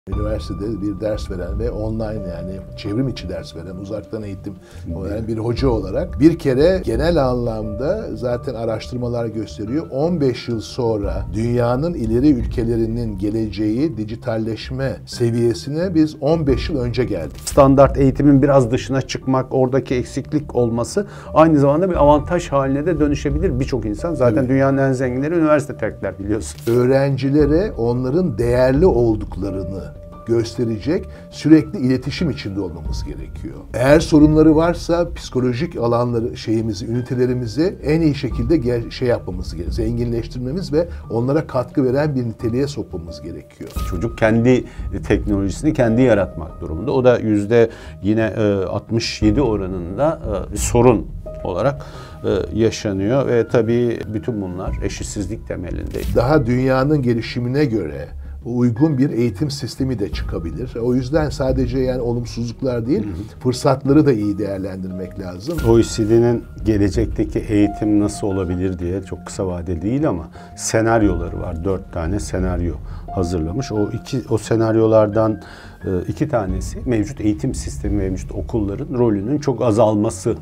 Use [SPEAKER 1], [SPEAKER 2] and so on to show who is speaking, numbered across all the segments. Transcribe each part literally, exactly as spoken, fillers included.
[SPEAKER 1] Üniversitede bir ders veren ve online yani çevrim içi ders veren, uzaktan eğitim veren bir hoca olarak bir kere genel anlamda zaten araştırmalar gösteriyor. on beş yıl sonra dünyanın ileri ülkelerinin geleceği dijitalleşme seviyesine biz on beş yıl önce geldik.
[SPEAKER 2] Standart eğitimin biraz dışına çıkmak, oradaki eksiklik olması aynı zamanda bir avantaj haline de dönüşebilir. Birçok insan zaten evet. Dünyanın en zenginleri üniversite terkler biliyorsun.
[SPEAKER 1] Öğrencilere onların değerli olduklarını gösterecek sürekli iletişim içinde olmamız gerekiyor. Eğer sorunları varsa psikolojik alanları, şeyimizi, ünitelerimizi en iyi şekilde şey yapmamız gerekiyor. Zenginleştirmemiz ve onlara katkı veren bir niteliğe sokmamız gerekiyor.
[SPEAKER 2] Çocuk kendi teknolojisini kendi yaratmak durumunda. O da yüzde yine altmış yedi oranında bir sorun olarak yaşanıyor ve tabii bütün bunlar eşitsizlik temelinde.
[SPEAKER 1] Daha dünyanın gelişimine göre uygun bir eğitim sistemi de çıkabilir. O yüzden sadece yani olumsuzluklar değil, hı hı. fırsatları da iyi değerlendirmek lazım.
[SPEAKER 2] O E C D'nin gelecekteki eğitim nasıl olabilir diye çok kısa vadeli değil ama senaryoları var. Dört tane senaryo hazırlamış. O iki o senaryolardan iki tanesi mevcut eğitim sistemi, mevcut okulların rolünün çok azalması.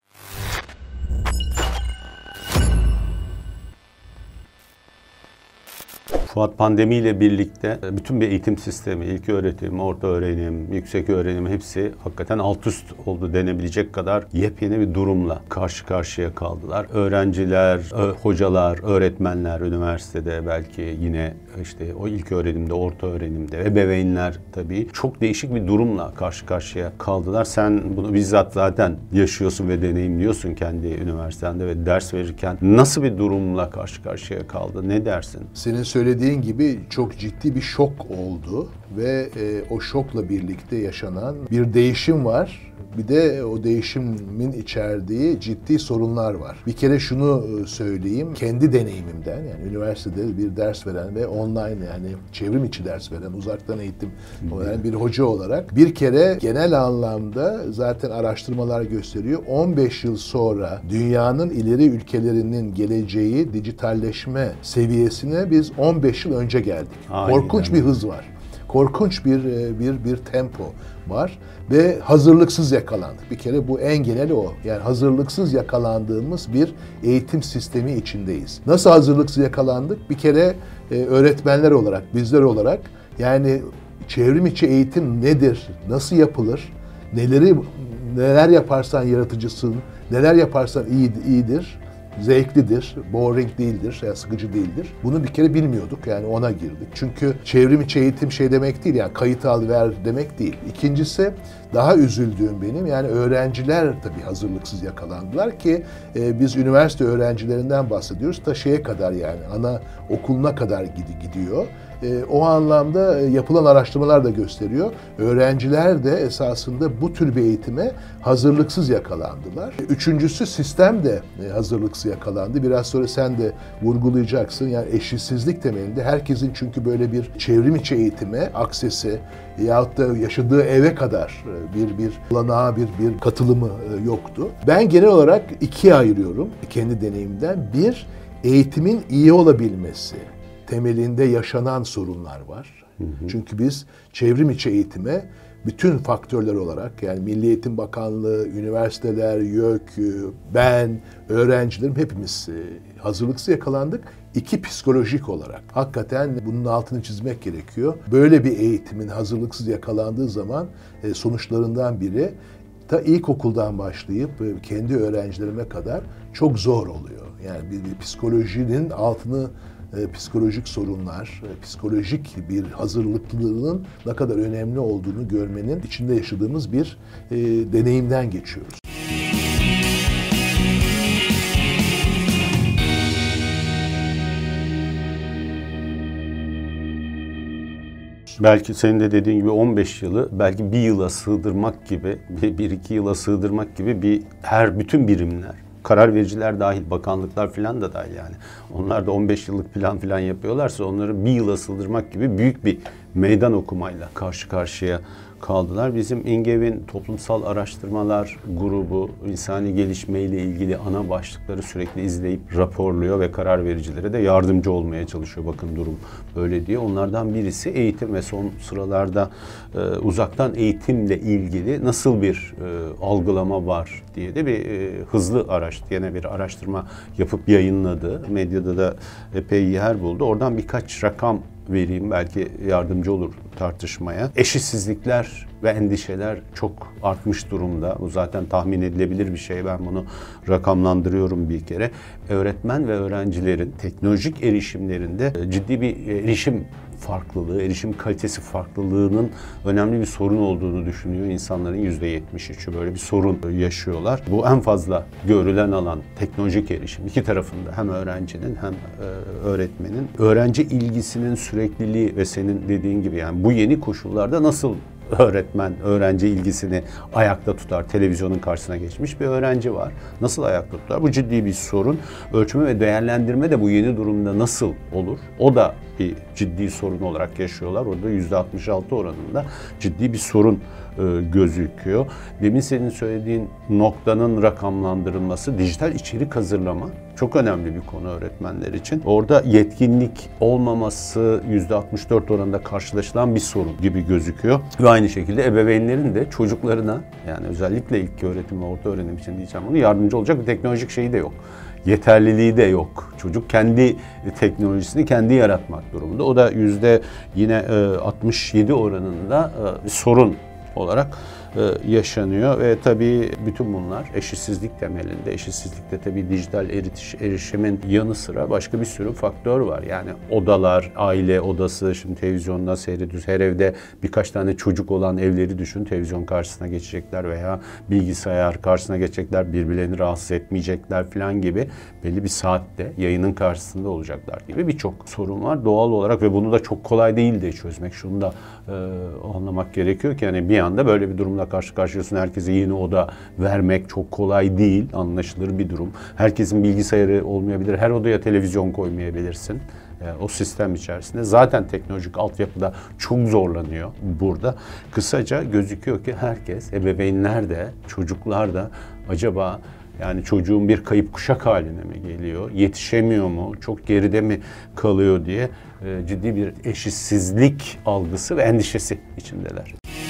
[SPEAKER 2] Fuat, pandemiyle birlikte bütün bir eğitim sistemi, ilköğretim, orta öğrenim, yüksek öğrenim hepsi hakikaten alt üst oldu denebilecek kadar yepyeni bir durumla karşı karşıya kaldılar. Öğrenciler, hocalar, öğretmenler üniversitede belki yine işte o ilköğrenimde, orta öğrenimde, ebeveynler tabii çok değişik bir durumla karşı karşıya kaldılar. Sen bunu bizzat zaten yaşıyorsun ve deneyimliyorsun kendi üniversitende ve ders verirken nasıl bir durumla karşı karşıya kaldı? Ne dersin?
[SPEAKER 1] Senin söylediğin Dediğin gibi çok ciddi bir şok oldu ve e, o şokla birlikte yaşanan bir değişim var. Bir de o değişimin içerdiği ciddi sorunlar var. Bir kere şunu söyleyeyim, kendi deneyimimden yani üniversitede bir ders veren ve online yani çevrim içi ders veren, uzaktan eğitim veren bir hoca olarak bir kere genel anlamda zaten araştırmalar gösteriyor. on beş yıl sonra dünyanın ileri ülkelerinin geleceği dijitalleşme seviyesine biz on beş yıl önce geldik. Aynen. Korkunç bir hız var. Korkunç bir bir bir tempo var ve hazırlıksız yakalandık. Bir kere bu en geneli o. Yani hazırlıksız yakalandığımız bir eğitim sistemi içindeyiz. Nasıl hazırlıksız yakalandık? Bir kere e, öğretmenler olarak, bizler olarak yani çevrim içi eğitim nedir? Nasıl yapılır? Neleri neler yaparsan yaratıcısın, neler yaparsan iyi, iyidir. Zevklidir, boring değildir, yani sıkıcı değildir. Bunu bir kere bilmiyorduk, yani ona girdik. Çünkü çevrim içi eğitim şey demek değil, yani kayıt al ver demek değil. İkincisi, daha üzüldüğüm benim, yani öğrenciler tabii hazırlıksız yakalandılar ki e, biz üniversite öğrencilerinden bahsediyoruz. Ta şeye kadar yani, ana okuluna kadar gidiyor. E, o anlamda yapılan araştırmalar da gösteriyor. Öğrenciler de esasında bu tür bir eğitime hazırlıksız yakalandılar. Üçüncüsü sistem de hazırlıksız yakalandı. Biraz sonra sen de vurgulayacaksın. Yani eşitsizlik temelinde herkesin çünkü böyle bir çevrim içi eğitime aksesi yahut da yaşadığı eve kadar bir bir olanağı, bir bir katılımı yoktu. Ben genel olarak ikiye ayırıyorum kendi deneyimden. Bir, eğitimin iyi olabilmesi temelinde yaşanan sorunlar var. Hı hı. Çünkü biz çevrim içi eğitime bütün faktörler olarak yani Milli Eğitim Bakanlığı, üniversiteler, YÖK, ben, öğrencilerim hepimiz hazırlıksız yakalandık. İki, psikolojik olarak. Hakikaten bunun altını çizmek gerekiyor. Böyle bir eğitimin hazırlıksız yakalandığı zaman sonuçlarından biri ta ilkokuldan başlayıp kendi öğrencilerime kadar çok zor oluyor. Yani bir, bir psikolojinin altını psikolojik sorunlar, psikolojik bir hazırlıklılığının ne kadar önemli olduğunu görmenin içinde yaşadığımız bir e, deneyimden geçiyoruz.
[SPEAKER 2] Belki senin de dediğin gibi on beş yılı belki bir yıla sığdırmak gibi, bir iki yıla sığdırmak gibi bir her bütün birimler, karar vericiler dahil, bakanlıklar falan da dahil yani. Onlar da on beş yıllık plan falan yapıyorlarsa onları bir yıla sığdırmak gibi büyük bir meydan okumayla karşı karşıya kaldılar. Bizim İngev'in toplumsal araştırmalar grubu insani gelişme ile ilgili ana başlıkları sürekli izleyip raporluyor ve karar vericilere de yardımcı olmaya çalışıyor. Bakın durum böyle diye. Onlardan birisi eğitim ve son sıralarda e, uzaktan eğitimle ilgili nasıl bir e, algılama var diye de bir e, hızlı araş, yine bir araştırma yapıp yayınladı. Medyada da epey yer buldu. Oradan birkaç rakam vereyim, belki yardımcı olur tartışmaya. Eşitsizlikler ve endişeler çok artmış durumda. Bu zaten tahmin edilebilir bir şey. Ben bunu rakamlandırıyorum bir kere. Öğretmen ve öğrencilerin teknolojik erişimlerinde ciddi bir erişim farklılığı, erişim kalitesi farklılığının önemli bir sorun olduğunu düşünüyor. İnsanların yüzde yetmiş üçü böyle bir sorun yaşıyorlar. Bu en fazla görülen alan teknolojik erişim. İki tarafında hem öğrencinin hem öğretmenin. Öğrenci ilgisinin sürekliliği ve senin dediğin gibi yani bu yeni koşullarda nasıl öğretmen öğrenci ilgisini ayakta tutar? Televizyonun karşısına geçmiş bir öğrenci var. Nasıl ayakta tutar? Bu ciddi bir sorun. Ölçme ve değerlendirme de bu yeni durumda nasıl olur? O da bir ciddi sorun olarak yaşıyorlar. Orada yüzde altmış altı oranında ciddi bir sorun e, gözüküyor. Demin senin söylediğin noktanın rakamlandırılması, dijital içerik hazırlama çok önemli bir konu öğretmenler için. Orada yetkinlik olmaması yüzde altmış dört oranında karşılaşılan bir sorun gibi gözüküyor. Ve aynı şekilde ebeveynlerin de çocuklarına, yani özellikle ilk öğretim ve orta öğrenim için diyeceğim bunu, yardımcı olacak bir teknolojik şeyi de yok. Yeterliliği de yok. Çocuk kendi teknolojisini kendi yaratmak durumunda. O da yüzde yine altmış yedi oranında bir sorun olarak yaşanıyor ve tabii bütün bunlar eşitsizlik temelinde. Eşitsizlikte tabii dijital eritiş, erişimin yanı sıra başka bir sürü faktör var. Yani odalar, aile odası, şimdi televizyonda seyrediyoruz. Her evde birkaç tane çocuk olan evleri düşün. Televizyon karşısına geçecekler veya bilgisayar karşısına geçecekler, birbirlerini rahatsız etmeyecekler falan gibi belli bir saatte yayının karşısında olacaklar gibi birçok sorun var doğal olarak ve bunu da çok kolay değil de çözmek. Şunu da e, anlamak gerekiyor ki yani bir anda böyle bir durumla karşı karşıyasın. Herkese yeni oda vermek çok kolay değil. Anlaşılır bir durum. Herkesin bilgisayarı olmayabilir. Her odaya televizyon koymayabilirsin. Yani o sistem içerisinde. Zaten teknolojik altyapıda çok zorlanıyor burada. Kısaca gözüküyor ki herkes, ebeveynler de, çocuklar da acaba yani çocuğun bir kayıp kuşak haline mi geliyor? Yetişemiyor mu? Çok geride mi kalıyor diye e, ciddi bir eşitsizlik algısı ve endişesi içindeler.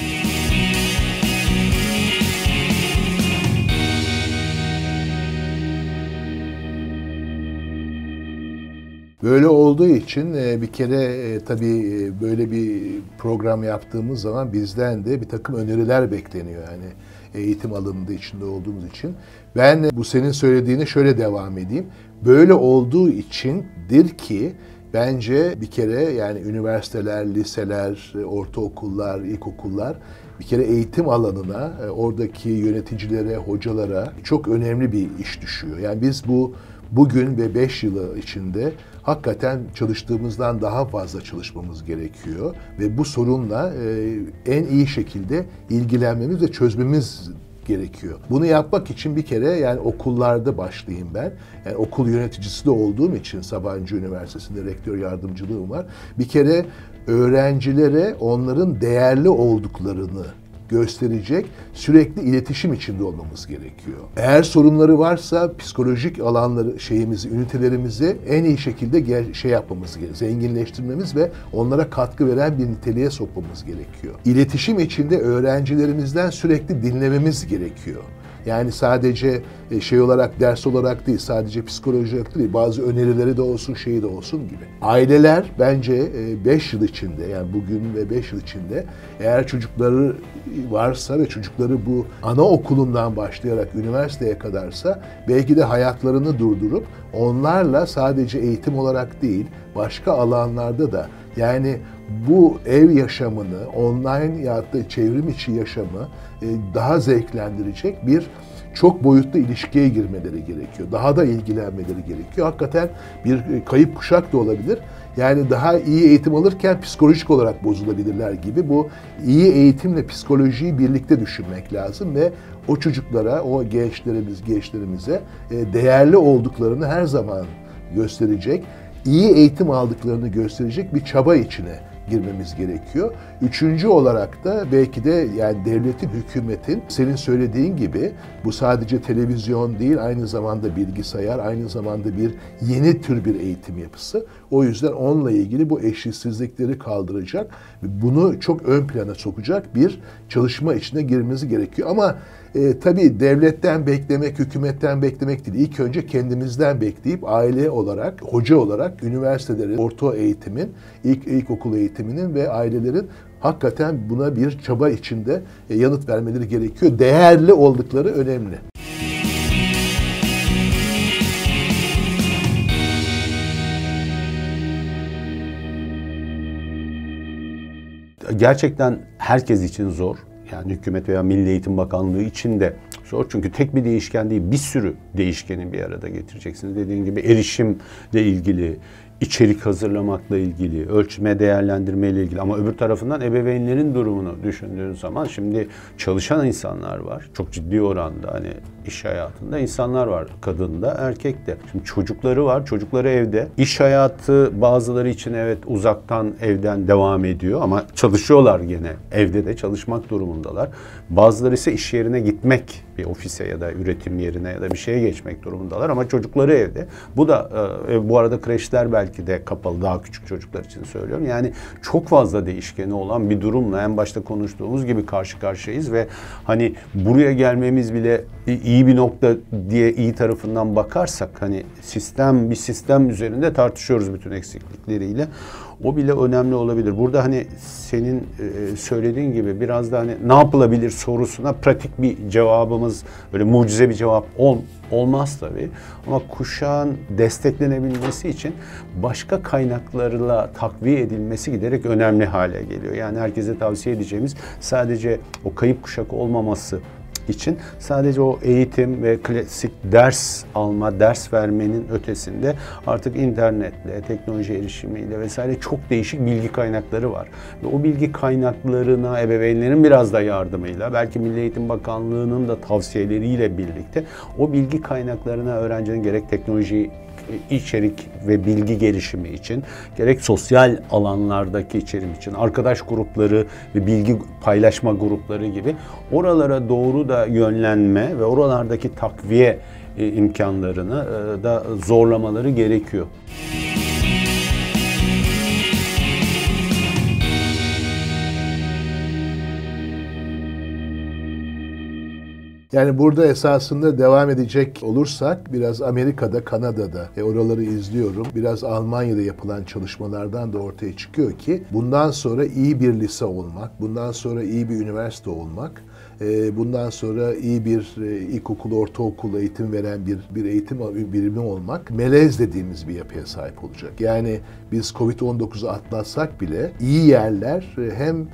[SPEAKER 1] Böyle olduğu için bir kere tabii böyle bir program yaptığımız zaman bizden de bir takım öneriler bekleniyor. Yani eğitim alanında içinde olduğumuz için. Ben bu senin söylediğini şöyle devam edeyim. Böyle olduğu içindir ki bence bir kere yani üniversiteler, liseler, ortaokullar, ilkokullar bir kere eğitim alanına, oradaki yöneticilere, hocalara çok önemli bir iş düşüyor. Yani biz bu bugün ve beş yılı içinde hakikaten çalıştığımızdan daha fazla çalışmamız gerekiyor ve bu sorunla en iyi şekilde ilgilenmemiz ve çözmemiz gerekiyor. Bunu yapmak için bir kere yani okullarda başlayayım ben. Yani okul yöneticisi de olduğum için Sabancı Üniversitesi'nde rektör yardımcılığım var. Bir kere öğrencilere onların değerli olduklarını gösterecek sürekli iletişim içinde olmamız gerekiyor. Eğer sorunları varsa psikolojik alanları şeyimizi, ünitelerimizi en iyi şekilde şey yapmamız gerekiyor. Zenginleştirmemiz ve onlara katkı veren bir niteliğe sokmamız gerekiyor. İletişim içinde öğrencilerimizden sürekli dinlememiz gerekiyor. Yani sadece şey olarak, ders olarak değil, sadece psikoloji olarak değil, bazı önerileri de olsun, şeyi de olsun gibi. Aileler bence beş yıl içinde, yani bugün ve beş yıl içinde eğer çocukları varsa ve çocukları bu anaokulundan başlayarak üniversiteye kadarsa belki de hayatlarını durdurup onlarla sadece eğitim olarak değil, başka alanlarda da yani bu ev yaşamını, online ya da çevrim içi yaşamı daha zevklendirecek bir çok boyutlu ilişkiye girmeleri gerekiyor. Daha da ilgilenmeleri gerekiyor. Hakikaten bir kayıp kuşak da olabilir. Yani daha iyi eğitim alırken psikolojik olarak bozulabilirler gibi. Bu iyi eğitimle psikolojiyi birlikte düşünmek lazım ve o çocuklara, o gençlerimiz, gençlerimize değerli olduklarını her zaman gösterecek, iyi eğitim aldıklarını gösterecek bir çaba içine girmemiz gerekiyor. Üçüncü olarak da belki de yani devletin, hükümetin senin söylediğin gibi bu sadece televizyon değil, aynı zamanda bilgisayar, aynı zamanda bir yeni tür bir eğitim yapısı. O yüzden onunla ilgili bu eşitsizlikleri kaldıracak, bunu çok ön plana sokacak bir çalışma içine girmemiz gerekiyor. Ama e, tabii devletten beklemek, hükümetten beklemek değil. İlk önce kendimizden bekleyip aile olarak, hoca olarak üniversitelerin, orta eğitimin, ilk ilkokul eğitiminin ve ailelerin hakikaten buna bir çaba içinde e, yanıt vermeleri gerekiyor. Değerli oldukları önemli.
[SPEAKER 2] Gerçekten herkes için zor. Yani hükümet veya Milli Eğitim Bakanlığı için de zor. Çünkü tek bir değişken değil, bir sürü değişkeni bir arada getireceksiniz. Dediğim gibi erişimle ilgili, içerik hazırlamakla ilgili, ölçme, değerlendirme ile ilgili. Ama öbür tarafından ebeveynlerin durumunu düşündüğün zaman şimdi çalışan insanlar var. Çok ciddi oranda hani iş hayatında insanlar var. Kadında, erkekte. Şimdi çocukları var. Çocukları evde. İş hayatı bazıları için evet uzaktan, evden devam ediyor ama çalışıyorlar gene. Evde de çalışmak durumundalar. Bazıları ise iş yerine gitmek, bir ofise ya da üretim yerine ya da bir şeye geçmek durumundalar ama çocukları evde. Bu da e, bu arada kreşler belki de kapalı, daha küçük çocuklar için söylüyorum. Yani çok fazla değişkeni olan bir durumla en başta konuştuğumuz gibi karşı karşıyayız ve hani buraya gelmemiz bile iyi bir nokta diye iyi tarafından bakarsak hani sistem bir sistem üzerinde tartışıyoruz bütün eksiklikleriyle. O bile önemli olabilir. Burada hani senin e, söylediğin gibi biraz da hani ne yapılabilir sorusuna pratik bir cevabımız, böyle mucize bir cevap ol, olmaz tabii. Ama kuşağın desteklenebilmesi için başka kaynaklarla takviye edilmesi giderek önemli hale geliyor. Yani herkese tavsiye edeceğimiz sadece o kayıp kuşak olmaması için sadece o eğitim ve klasik ders alma, ders vermenin ötesinde artık internetle, teknoloji erişimiyle vesaire çok değişik bilgi kaynakları var. Ve o bilgi kaynaklarına ebeveynlerin biraz da yardımıyla, belki Milli Eğitim Bakanlığı'nın da tavsiyeleriyle birlikte o bilgi kaynaklarına öğrencinin gerek teknoloji içerik ve bilgi gelişimi için, gerek sosyal alanlardaki içerim için, arkadaş grupları ve bilgi paylaşma grupları gibi oralara doğru da yönlenme ve oralardaki takviye imkanlarını da zorlamaları gerekiyor.
[SPEAKER 1] Yani burada esasında devam edecek olursak biraz Amerika'da, Kanada'da e, oraları izliyorum. Biraz Almanya'da yapılan çalışmalardan da ortaya çıkıyor ki bundan sonra iyi bir lise olmak, bundan sonra iyi bir üniversite olmak, e, bundan sonra iyi bir e, ilkokul, ortaokul eğitim veren bir bir eğitim birimi olmak melez dediğimiz bir yapıya sahip olacak. Yani biz kovid on dokuzu atlatsak bile iyi yerler e, hem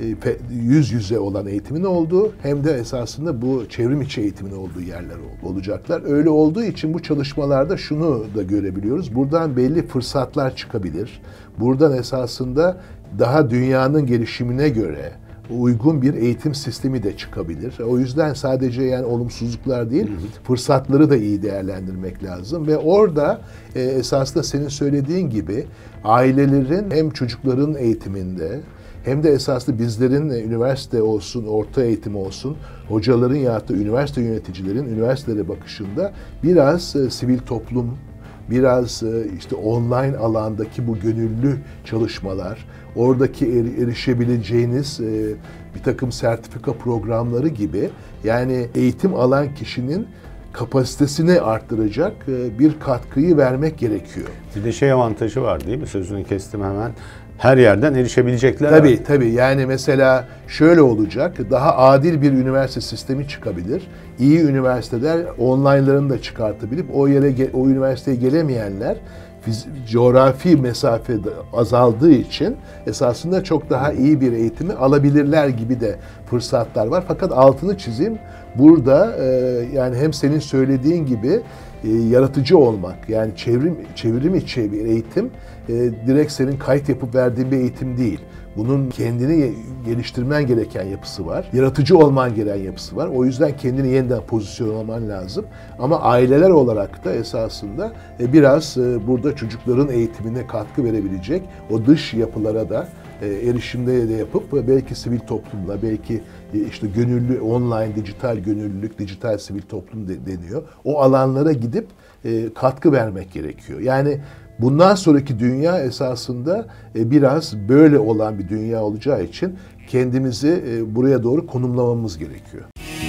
[SPEAKER 1] yüz yüze olan eğitimin olduğu hem de esasında bu çevrim içi eğitimin olduğu yerler olacaklar. Öyle olduğu için bu çalışmalarda şunu da görebiliyoruz. Buradan belli fırsatlar çıkabilir. Buradan esasında daha dünyanın gelişimine göre uygun bir eğitim sistemi de çıkabilir. O yüzden sadece yani olumsuzluklar değil, fırsatları da iyi değerlendirmek lazım ve orada e, esasında senin söylediğin gibi ailelerin hem çocukların eğitiminde hem de esaslı bizlerin üniversite olsun, orta eğitim olsun, hocaların ya da üniversite yöneticilerin üniversitelere bakışında biraz e, sivil toplum, biraz e, işte online alandaki bu gönüllü çalışmalar, oradaki er, erişebileceğiniz e, bir takım sertifika programları gibi yani eğitim alan kişinin kapasitesini arttıracak e, bir katkıyı vermek gerekiyor.
[SPEAKER 2] Bir de şey avantajı var değil mi? Sözünü kestim hemen. Her yerden erişebilecekler.
[SPEAKER 1] Tabii
[SPEAKER 2] var.
[SPEAKER 1] tabii. Yani mesela şöyle olacak. Daha adil bir üniversite sistemi çıkabilir. İyi üniversiteler online'larını da çıkartabilip o yere o üniversiteye gelemeyenler coğrafi mesafe azaldığı için esasında çok daha iyi bir eğitimi alabilirler gibi de fırsatlar var. Fakat altını çizeyim. Burada yani hem senin söylediğin gibi yaratıcı olmak, yani çevrim çevrim içi bir eğitim direkt senin kayıt yapıp verdiğin bir eğitim değil. Bunun kendini geliştirmen gereken yapısı var. Yaratıcı olman gereken yapısı var. O yüzden kendini yeniden pozisyonlaman lazım. Ama aileler olarak da esasında biraz burada çocukların eğitimine katkı verebilecek o dış yapılara da e, erişimde de yapıp ve belki sivil toplumla, belki e, işte gönüllü, online, dijital gönüllülük, dijital sivil toplum de, deniyor. O alanlara gidip e, katkı vermek gerekiyor. Yani bundan sonraki dünya esasında e, biraz böyle olan bir dünya olacağı için kendimizi e, buraya doğru konumlamamız gerekiyor.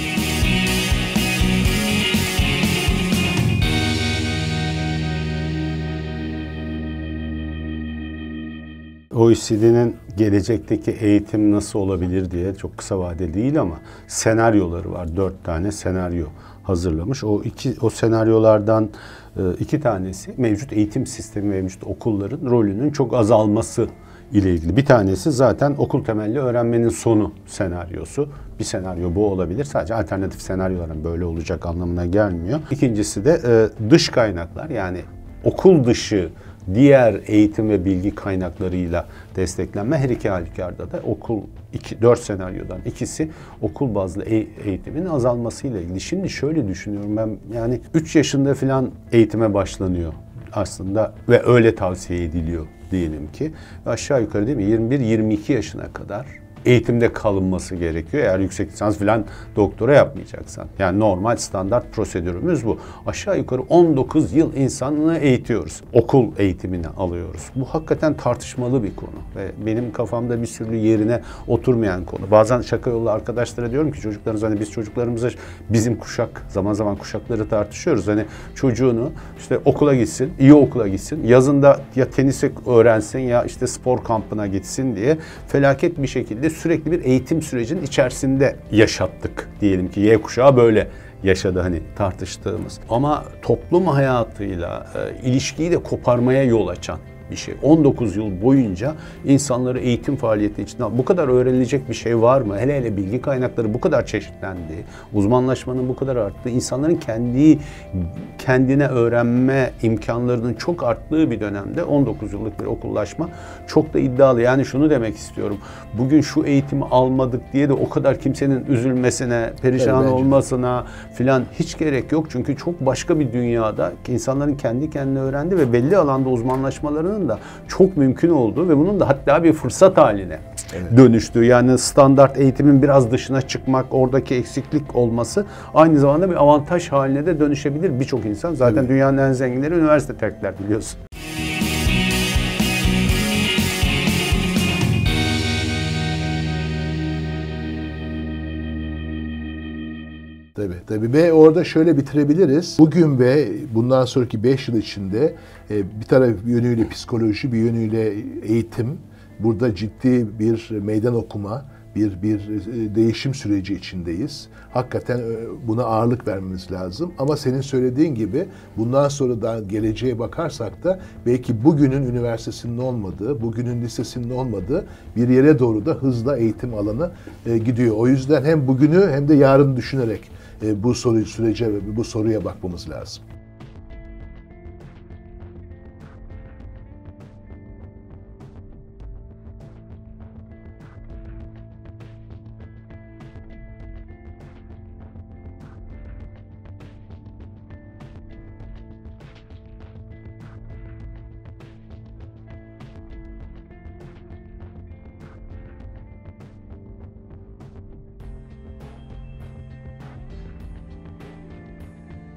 [SPEAKER 2] O E C D'nin gelecekteki eğitim nasıl olabilir diye çok kısa vadeli değil ama senaryoları var. Dört tane senaryo hazırlamış. O iki o senaryolardan iki tanesi mevcut eğitim sistemi, mevcut okulların rolünün çok azalması ile ilgili. Bir tanesi zaten okul temelli öğrenmenin sonu senaryosu. Bir senaryo bu olabilir. Sadece alternatif senaryoların böyle olacak anlamına gelmiyor. İkincisi de dış kaynaklar, yani okul dışı diğer eğitim ve bilgi kaynaklarıyla desteklenme. Her iki halükarda da okul, iki, dört senaryodan ikisi okul bazlı e- eğitimin azalmasıyla ilgili. Şimdi şöyle düşünüyorum ben, yani üç yaşında falan eğitime başlanıyor aslında ve öyle tavsiye ediliyor diyelim ki. Aşağı yukarı değil mi yirmi bir yirmi iki yaşına kadar eğitimde kalınması gerekiyor. Eğer yüksek lisans falan doktora yapmayacaksan. Yani normal standart prosedürümüz bu. Aşağı yukarı on dokuz yıl insanlığı eğitiyoruz. Okul eğitimini alıyoruz. Bu hakikaten tartışmalı bir konu. Ve benim kafamda bir sürü yerine oturmayan konu. Bazen şaka yollu arkadaşlara diyorum ki çocuklarımız, hani biz çocuklarımıza, bizim kuşak, zaman zaman kuşakları tartışıyoruz. Hani çocuğunu işte okula gitsin, iyi okula gitsin. Yazında ya tenisi öğrensin ya işte spor kampına gitsin diye felaket bir şekilde sürekli bir eğitim sürecinin içerisinde yaşattık. Diyelim ki Y kuşağı böyle yaşadı hani tartıştığımız. Ama toplum hayatıyla e, ilişkiyi de koparmaya yol açan bir şey. on dokuz yıl boyunca insanları eğitim faaliyeti içinden bu kadar öğrenilecek bir şey var mı? Hele hele bilgi kaynakları bu kadar çeşitlendi, uzmanlaşmanın bu kadar arttığı, insanların kendi kendine öğrenme imkanlarının çok arttığı bir dönemde on dokuz yıllık bir okullaşma çok da iddialı. Yani şunu demek istiyorum. Bugün şu eğitimi almadık diye de o kadar kimsenin üzülmesine, perişan evet, olmasına filan hiç gerek yok. Çünkü çok başka bir dünyada insanların kendi kendine öğrendi ve belli alanda uzmanlaşmalarının da çok mümkün olduğu ve bunun da hatta bir fırsat haline evet. dönüştüğü, yani standart eğitimin biraz dışına çıkmak, oradaki eksiklik olması aynı zamanda bir avantaj haline de dönüşebilir birçok insan. Zaten evet. dünyanın en zenginleri üniversite terkler, biliyorsun.
[SPEAKER 1] Tabii, tabii. Ve orada şöyle bitirebiliriz. Bugün ve bundan sonraki beş yıl içinde bir taraf yönüyle psikoloji, bir yönüyle eğitim, burada ciddi bir meydan okuma, bir bir değişim süreci içindeyiz. Hakikaten buna ağırlık vermemiz lazım. Ama senin söylediğin gibi bundan sonra da geleceğe bakarsak da belki bugünün üniversitesinin olmadığı, bugünün lisesinin olmadığı bir yere doğru da hızla eğitim alanı gidiyor. O yüzden hem bugünü hem de yarını düşünerek bu soru sürece ve bu soruya bakmamız lazım.